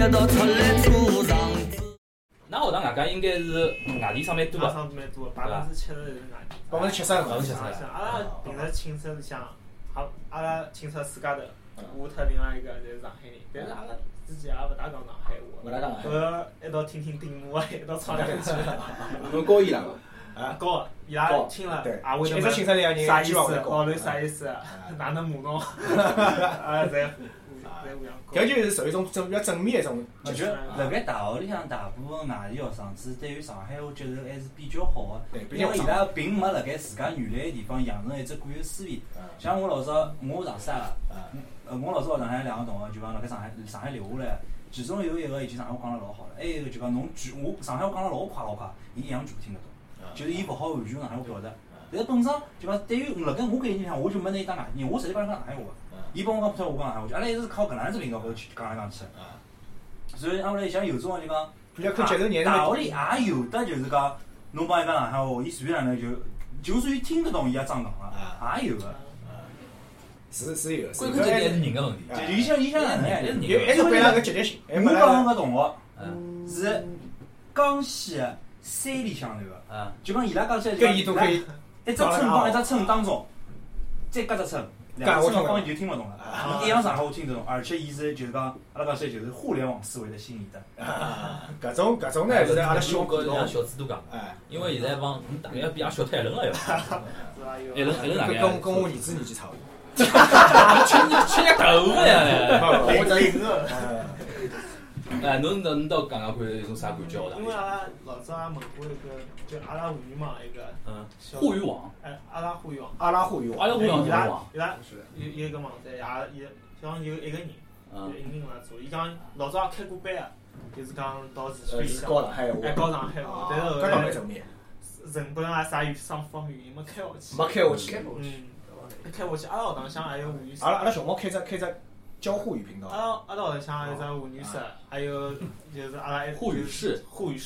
一道出来做上。 那学堂外加应该是外地生蛮多个， 上蛮多，70%是外地。 70%。 阿拉平时寝室里向，阿拉寝室4家头，我特另外一个侪是上海人，但是阿拉之前也勿大讲上海话。 勿大讲。 一道听顶幕，一道唱两句。 侬教伊拉伐？ 教，伊拉听了也会一只寝室里向人啥意思？老刘啥意思？哪能骂侬？侪互相教。 搿就是属于一种比较正面一种。 我觉得辣盖大学里向大部分外地学生子对于上海话接受还是比较好的，因为伊拉并没辣盖自家原来个地方养成一只固有思维。像我老早我上师大个，我老早学堂里两个同学就讲辣盖上海留下来，其中有一个已经上海话讲了老好了，还有一个就讲侬我上海话讲了老快，伊一样全部听得懂。就是伊勿好完全用上海话表达，但是本身就讲对于辣盖我概念里向，我就没拿伊当外地人，我直接帮伊讲上海话。伊帮我讲普通话讲上海话，阿拉一直是靠搿能样子频道高头去讲来讲去。所以阿拉里向有种就讲， 比较看接受年龄。 大学里也有的就是讲，侬帮伊讲上海话，伊随便哪能就算伊听得懂，伊也装戆了，也有个。 是有。 关键还是人个问题。 伊想哪能呀？ 还是背那个积极性。 我讲个同学是江西个山里向头个，就讲伊拉讲起来， 搿伊都可以一只村帮一只村当中，再隔只村，两个村方言就听勿懂了。一样上海话听得懂，而且伊是就是讲，阿拉讲起来就是互联网思维的新一代。 搿种呢是阿拉小哥像小猪都讲，因为现在帮大概要比阿小太一轮了要，一轮大概跟我儿子年纪差勿多。 吃头呀！ 我这侬到讲讲看有种啥感觉？ 因为阿拉老早也问过一个，就阿拉互联网一个， 互娱网， 阿拉互娱网，伊拉有一个网站，也像有一个人，就一个人来做。伊讲老早也开过班个，就是讲到市区教上海话， 教上海话，但是后来成本啊啥方面原因没开下去。 没开下去。 开下去，阿拉学堂向还有妇女室。 阿拉小猫开只教沪语频道。 阿拉学堂向还有只妇女室，还有就是阿拉沪语社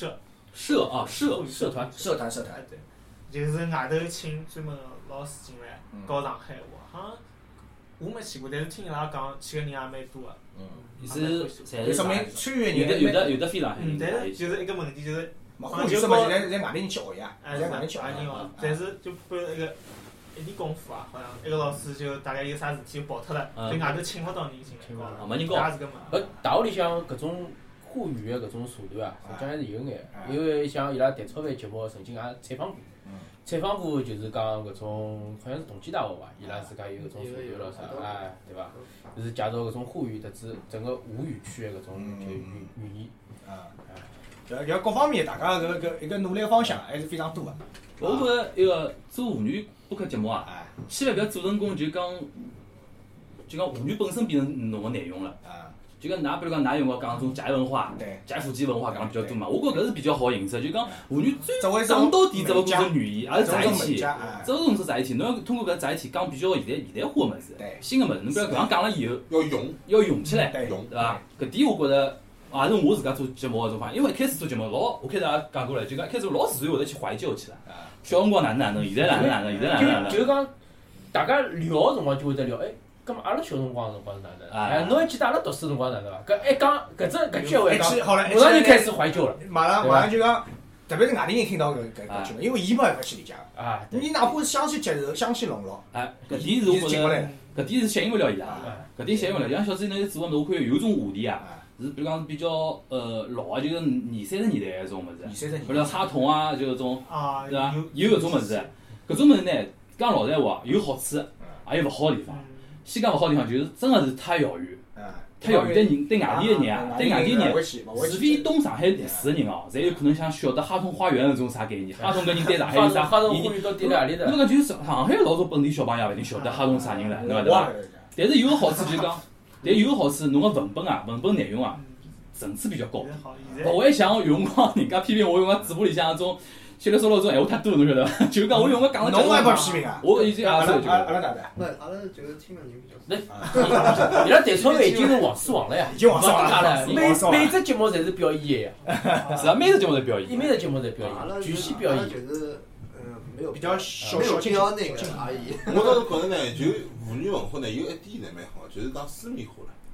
团。 对，就是外头请专门老师进来教上海话，好像我没去过，但是听伊拉讲去个人也蛮多个。 意思说明参与的人有的非常海。 但是就是一个问题就是， 沪语社嘛，现在外地人去学呀， 在外地人学，但是就拨一点功夫啊，好像一个老师就大概有啥事体就跑脱了，就外头请勿到人进来教， 没人教。 大学里向搿种沪语的搿种社团啊，实际上还是有眼，因为像伊拉蛋炒饭节目曾经也采访过，就是讲搿种好像是同济大学伐，伊拉自家有搿种社团咯啥，对伐？就是介绍搿种沪语特指整个吴语区的搿种就语言。 要各方面大家搿一个努力的方向还是非常多的。 我觉着一个做妇女播客节目啊，千万勿要做成功就讲妇女本身变成侬个内容了。就讲㑚比如讲㑚用个讲种假文化、假夫妻文化讲比较多嘛，我觉着搿是比较好形式。就讲妇女最讲到底只勿过是语言，也是载体，只是种是载体。侬要通过搿载体讲比较现代化个物事，新个物事。侬比如搿样讲了以后，要用起来，对伐？搿点我觉着。也是我自家做节目个种方法，因为一开始做节目我开始也讲过了，就讲一开始老自然会得去怀旧起来。小辰光哪能，现在哪能， 就是讲大家聊个辰光就会得聊，咁阿拉小辰光个辰光是哪能？侬还记得阿拉读书辰光哪能伐？搿一讲搿句话讲，马上就开始怀旧了。 马上就讲，特别是外地人听到搿句嘛，因为伊没办法去理解啊。 你哪怕是想去接受、想去笼络， 搿点是我觉着，搿点是吸引勿了伊拉，搿点吸引勿了。像小子侬做个，我看有种话题啊。是比如讲比较老个，就是20-30年代个种物事，比如哈筒啊，就搿种，对伐？有搿种物事，搿种物事呢，讲老实闲话，有好处，也有勿好个地方。先讲勿好个地方，就是真个是太遥远，对外地个人啊，对外地人，除非懂上海历史个人哦，才有可能想晓得哈通花园搿种啥概念。哈通搿人对上海有啥？ 哈通花园到底哪里的？ 那个就是上海老多本地小朋友勿一定晓得哈通啥人了，对伐？但是有个好处就是讲。但有个好处，侬个文本内容啊，层次比较高，勿会像有辰光人家批评我用个嘴巴里向那种稀里嗦啦种闲话太多，侬晓得伐？就是讲我用个讲了， 侬还不批评啊？ 我已经阿拉哪能？不，阿拉就是听的人比较少。伊拉蛋炒饭已经是网丝网了呀， 已经网丝网了。每只节目侪是表演的呀， 是啊，每只节目侪表演， 每只节目侪表演，全线表演。 就是没有比较小比较那个而已。 我倒是觉着呢，就妇女文化呢有一点呢蛮好，就是讲私密化了。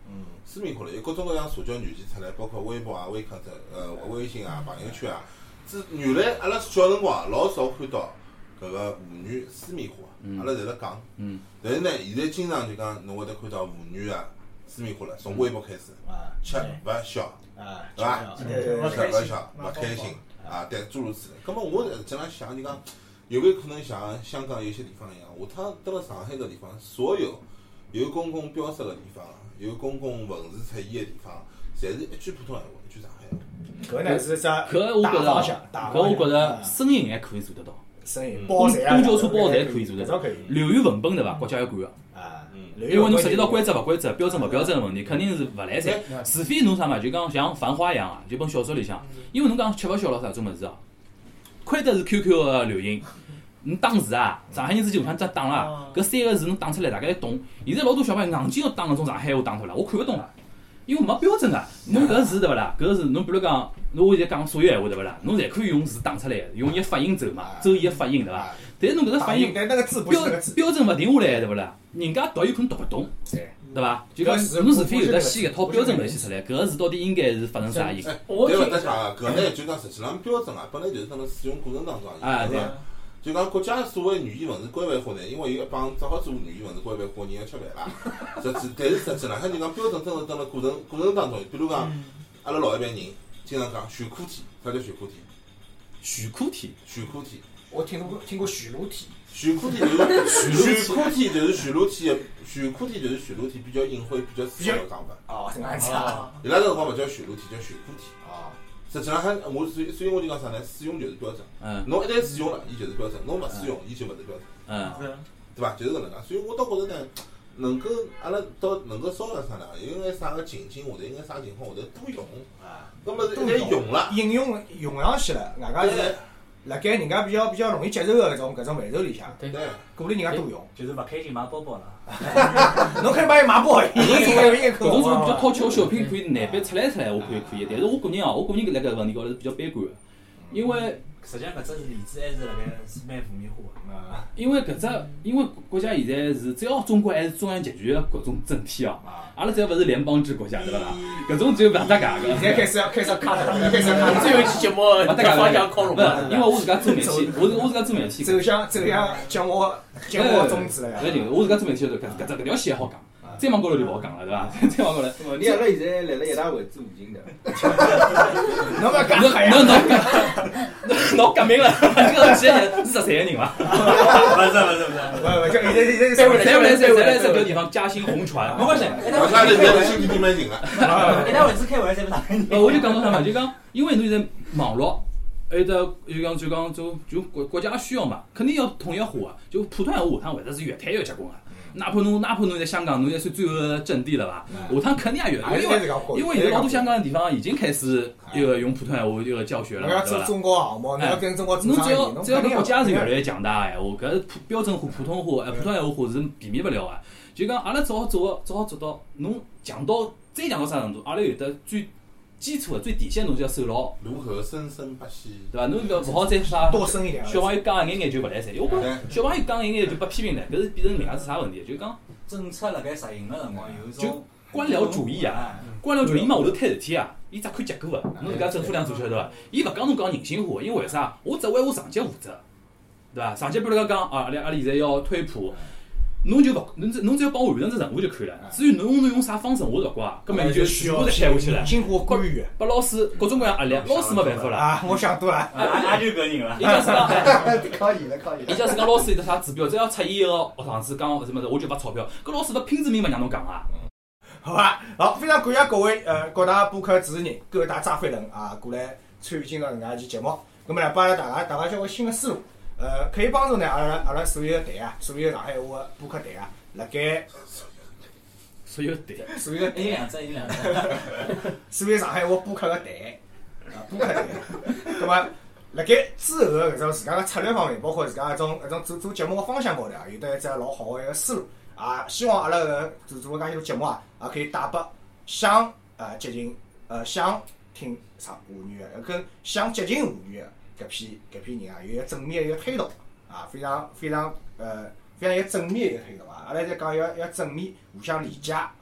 私密化了，有各种各样社交软件出来，包括微博啊、微客微信啊、朋友圈啊。原来阿拉小辰光老少看到搿个妇女私密化，阿拉侪辣讲。但是呢，现在经常就讲侬会得看到妇女啊私密化了，从微博开始，吃勿消，对伐？吃勿消，勿开心啊，但诸如此类。葛末我经常想就讲，有没有可能像香港有些地方一样，下趟到了上海搿地方，所有有公共标识个地方，有公共文字出现个地方，侪是一句普通闲话，一句上海话。 搿呢是只大方向， 搿我觉着声音还可以做得到， 声音公交车包站可以做得到，流于文本对伐？国家要管个。因为侬涉及到规则勿规则、标准勿标准个问题，肯定是勿来三。除非侬啥嘛，就讲像《繁花》一样啊，就本小说里向，因为侬讲吃勿消了啥种物事哦，亏得是 QQ 个流行。侬打字啊，上海人之前互相真打了，搿3个字侬打出来大家侪懂。现在老多小朋友硬劲要打搿种上海话打出来，我看勿懂了，因为没标准个。侬搿字对勿啦？搿字侬比如讲，侬现在讲所有闲话对勿啦？侬侪可以用字打出来，用伊个发音走嘛，走伊个发音对伐？但是侬搿个发音标准勿定下来对勿啦？人家读有可能读勿懂，对伐？就讲侬除非有得先一套标准文献出来，搿个字到底应该是发成啥音？ 对勿得讲啊，搿呢就讲实际上标准啊，本来就是辣使用过程当中对伐？就讲国家所谓语言文字规范化呢，因为有一帮只好做语言文字规范化人要吃饭啦。但是实际浪向就讲标准真正蹲辣过程当中，比如讲阿拉老一辈人经常讲悬课体，啥叫悬课体？ 悬课体， 悬课体。 我听过悬楼体。 悬课体就是悬课体就是悬楼体的，悬课体就是悬楼体比较隐晦、比较私个讲法。 哦，是搿样子啊。 伊拉搿辰光勿叫悬楼体，叫悬课体。哦。实际上还所以我就讲啥呢？使用就是标准。侬一旦使用了，伊就是标准；侬勿使用，伊就勿是标准。对伐？就是搿能介。所以我倒觉着呢，能够阿拉倒能够商量商量，有眼啥个情形下头，有眼啥情况下头多用。那么一旦用了， 应用上去了，外加是。辣盖人家比较容易接受个搿种范畴里向， 对， 鼓励人家多用， 就是勿开心买包包了。 侬可以帮伊买包，伊搿种比较讨巧小品可以难办出来，我可以，但是我个人辣搿问题高头是比较悲观个，因为实际上搿只例子还是辣盖是蛮负面化个。 因为国家现在是只要中国还是中央集权个各种政体哦，阿拉只要勿是联邦制国家对伐啦？搿种就勿搭界个。 现在开始要卡了， 最后一期节目勿搭界方向靠拢了。 因为我自家做媒体，我自家做媒体。 走向节目宗旨了呀。 勿一定，我自家做媒体搿条线好讲。再往高头就勿好讲了，对伐？再往高头。 你阿拉现在辣一大会做五金的。 侬勿讲， 侬革命了，这个企业是13个人伐？ 勿是， 现在来这个地方嘉兴红船， 没关系。 我看现在心里蛮近了。 一大会只开会，侪勿哪个？ 我就讲到啥嘛，就讲，因为侬现在网络，还有就讲国家需要嘛，肯定要统一化啊。就普通闲话下趟会得是越推越结棍啊。哪怕侬在香港，侬也算最后的阵地了伐？下趟肯定也有，因为现在老多香港的地方已经开始用普通闲话教学了，对伐？ 做中国项目，你要跟中国侬只要搿国家是越来越强大个闲话，搿标准化、普通话、普通闲话化是避免勿了个。就讲阿拉只好做到，侬再强到啥程度，阿拉有得最基础的最底线东西要守牢。 如何生生不息？ 对伐？侬勿好再啥多生一点。 小朋友讲一眼就勿来三，我讲小朋友讲一眼就被批评了，搿是变成另外是啥问题？就讲政策辣盖实行个辰光有一种就官僚主义啊，官僚主义嘛下头推事体啊，伊只看结果个。侬自家政府两做晓得伐？伊勿讲侬讲人性化，因为为啥？我只为我上级负责，对伐？上级比如讲阿拉现在要推普。侬只要帮我完成这任务就可以了。至于侬用啥方式，我勿管，搿么就全部侪开下去了。 辛苦干预， 拨老师各种各样压力，老师没办法了。 啊，我想多了。 也就搿人了。 伊假使讲老师有得啥指标，只要出现一个学堂子讲什么的，我就发钞票。搿老师勿拼着命嘛让侬讲啊。 好吧，好，非常感谢各位各大播客主持人、各大扎飞人啊，过来参与今朝搿能介一期节目。咁么呢，帮大家交个新的思路。可以帮助呢，阿拉所有的队啊，所有上海话的播客队啊，辣盖所有队， 所有的队， 所有上海话播客的队播客队。咁么，辣盖之后的搿种自家的策略方面，包括自家搿种做节目的方向高头啊，有得一只老好的一个思路啊。希望阿拉个做介许多节目啊，可以带拨想接近想听上华语的，跟想接近华语的。搿批人啊，有一个正面的一个推动啊，非常一个正面的一个推动啊！阿拉在讲要正面互相理解啊，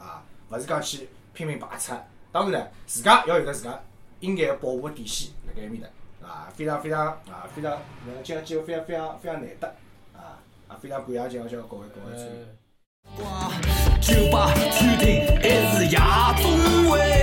勿是讲去拼命排斥。当然呢，自家要有得自家应该保护底线辣盖埃面搭，啊，非常今个机会非常难得，啊，非常感谢各位参与。 酒吧、餐厅还是夜总会。